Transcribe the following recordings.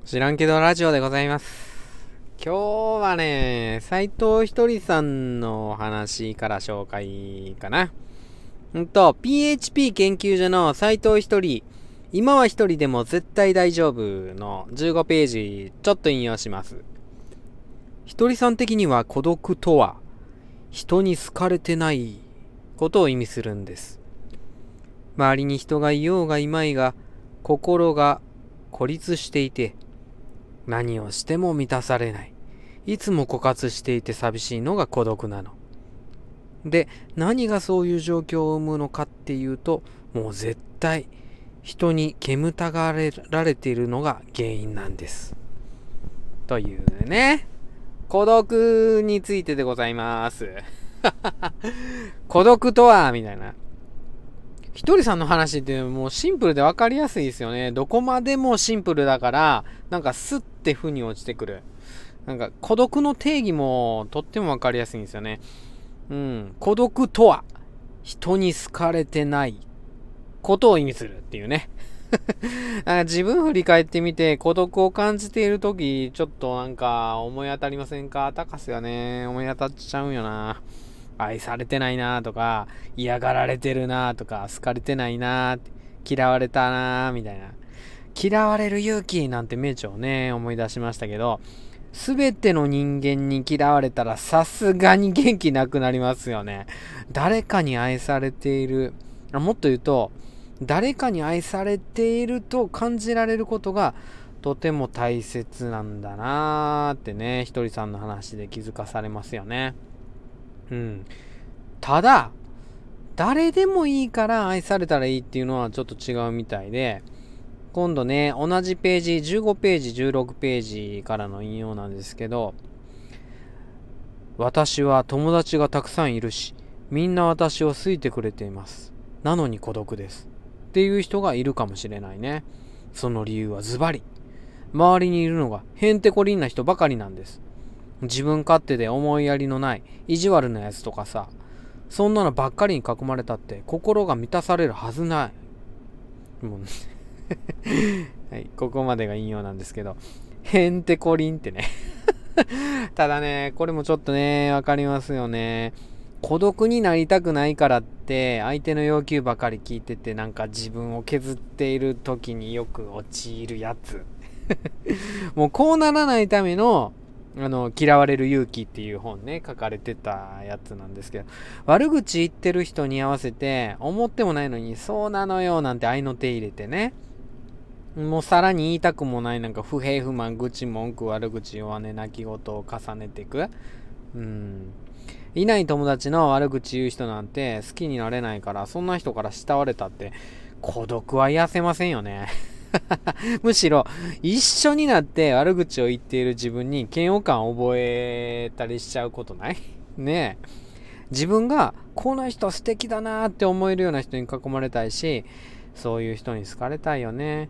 知らんけどラジオでございます。今日はね、斉藤ひとりさんの話から紹介かな。PHP 研究所の斉藤ひとり、今は一人でも絶対大丈夫の15ページ、ちょっと引用します。ひとりさん的には孤独とは、人に好かれてないことを意味するんです。周りに人がいようがいまいが、心が孤立していて、何をしても満たされない。いつも枯渇していて寂しいのが孤独なの。で、何がそういう状況を生むのかっていうと、もう絶対人に煙たがられているのが原因なんです。というね、孤独についてでございます。孤独とはみたいな。ひとりさんの話ってもうシンプルで分かりやすいですよね。どこまでもシンプルだから、なんかスッて負に落ちてくる。なんか孤独の定義もとっても分かりやすいんですよね。孤独とは人に好かれてないことを意味するっていうね。自分振り返ってみて孤独を感じているとき、ちょっとなんか思い当たりませんか？高須よね。思い当たっちゃうんよな。愛されてないなとか、嫌がられてるなとか、好かれてないな嫌われたなみたいな。嫌われる勇気なんて名著をね、思い出しましたけど、すべての人間に嫌われたらさすがに元気なくなりますよね。誰かに愛されている。もっと言うと、誰かに愛されていると感じられることがとても大切なんだなーってね、ひとりさんの話で気づかされますよね。ただ、誰でもいいから愛されたらいいっていうのはちょっと違うみたいで、今度ね、同じページ、15ページ、16ページからの引用なんですけど、私は友達がたくさんいるし、みんな私を好いてくれています。なのに孤独です。っていう人がいるかもしれないね。その理由はズバリ。周りにいるのがへんてこりんな人ばかりなんです。自分勝手で思いやりのない意地悪なやつとかさ、そんなのばっかりに囲まれたって心が満たされるはずない。もうはい、ここまでが引用なんですけど、へんてこりんってね。ただね、これもちょっとね、わかりますよね。孤独になりたくないからって相手の要求ばかり聞いてて、なんか自分を削っている時によく陥るやつ。もうこうならないための嫌われる勇気っていう本ね、書かれてたやつなんですけど、悪口言ってる人に合わせて、思ってもないのに、そうなのよなんて愛の手入れてね、もうさらに言いたくもないなんか不平不満、愚痴、文句、悪口、弱音、泣き言を重ねていく。いない友達の悪口言う人なんて好きになれないから、そんな人から慕われたって孤独は癒せませんよね。むしろ一緒になって悪口を言っている自分に嫌悪感を覚えたりしちゃうことない？ねえ。自分がこの人素敵だなって思えるような人に囲まれたいし、そういう人に好かれたいよね。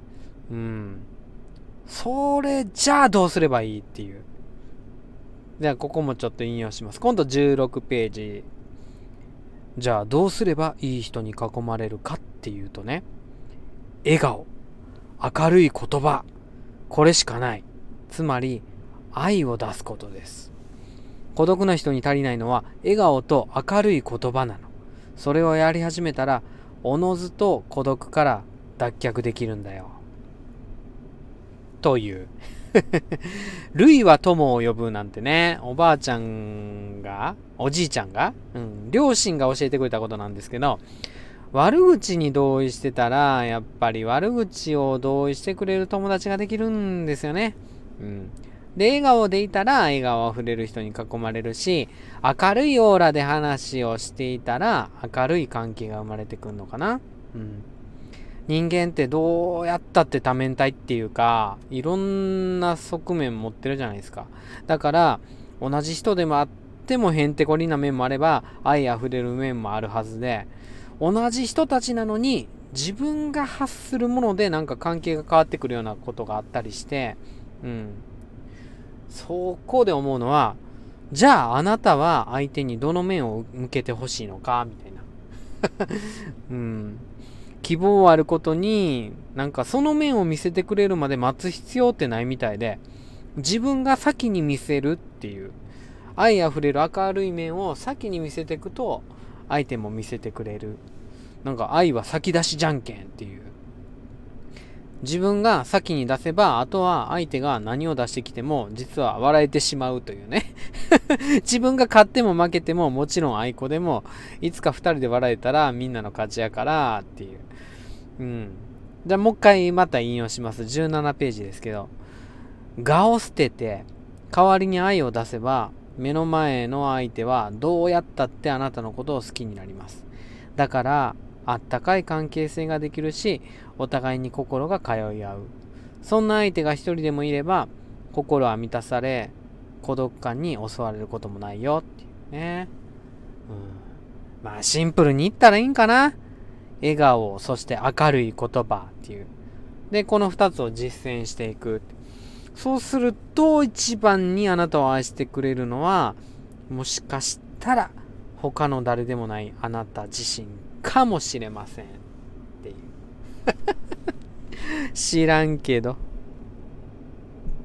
それじゃあどうすればいいっていう。じゃあここもちょっと引用します。今度16ページ。じゃあどうすればいい人に囲まれるかっていうとね、笑顔、明るい言葉、これしかない。つまり愛を出すことです。孤独な人に足りないのは笑顔と明るい言葉なの。それをやり始めたらおのずと孤独から脱却できるんだよ。という類は友を呼ぶなんてね、おばあちゃんが、おじいちゃんが、両親が教えてくれたことなんですけど、悪口に同意してたら、やっぱり悪口を同意してくれる友達ができるんですよね。で、笑顔でいたら、笑顔あふれる人に囲まれるし、明るいオーラで話をしていたら、明るい関係が生まれてくるのかな。人間ってどうやったって多面体っていうか、いろんな側面持ってるじゃないですか。だから、同じ人でもあってもへんてこりな面もあれば、愛あふれる面もあるはずで、同じ人たちなのに、自分が発するものでなんか関係が変わってくるようなことがあったりして、そこで思うのは、じゃああなたは相手にどの面を向けてほしいのかみたいな。 希望はあることに、なんかその面を見せてくれるまで待つ必要ってないみたいで、自分が先に見せるっていう、愛あふれる明るい面を先に見せていくと、相手も見せてくれる。なんか愛は先出しじゃんけんっていう。自分が先に出せば、あとは相手が何を出してきても、実は笑えてしまうというね。自分が勝っても負けても、もちろん愛子でも、いつか二人で笑えたらみんなの勝ちやからっていう。うん。じゃあもう一回また引用します。17ページですけど。我を捨てて、代わりに愛を出せば、目の前の相手はどうやったってあなたのことを好きになります。だから、あったかい関係性ができるし、お互いに心が通い合う。そんな相手が一人でもいれば、心は満たされ、孤独感に襲われることもないよっていうね。まあシンプルに言ったらいいんかな。笑顔、そして明るい言葉っていう。で、この二つを実践していく。そうすると、一番にあなたを愛してくれるのは、もしかしたら、他の誰でもないあなた自身かもしれません。っていう。知らんけど。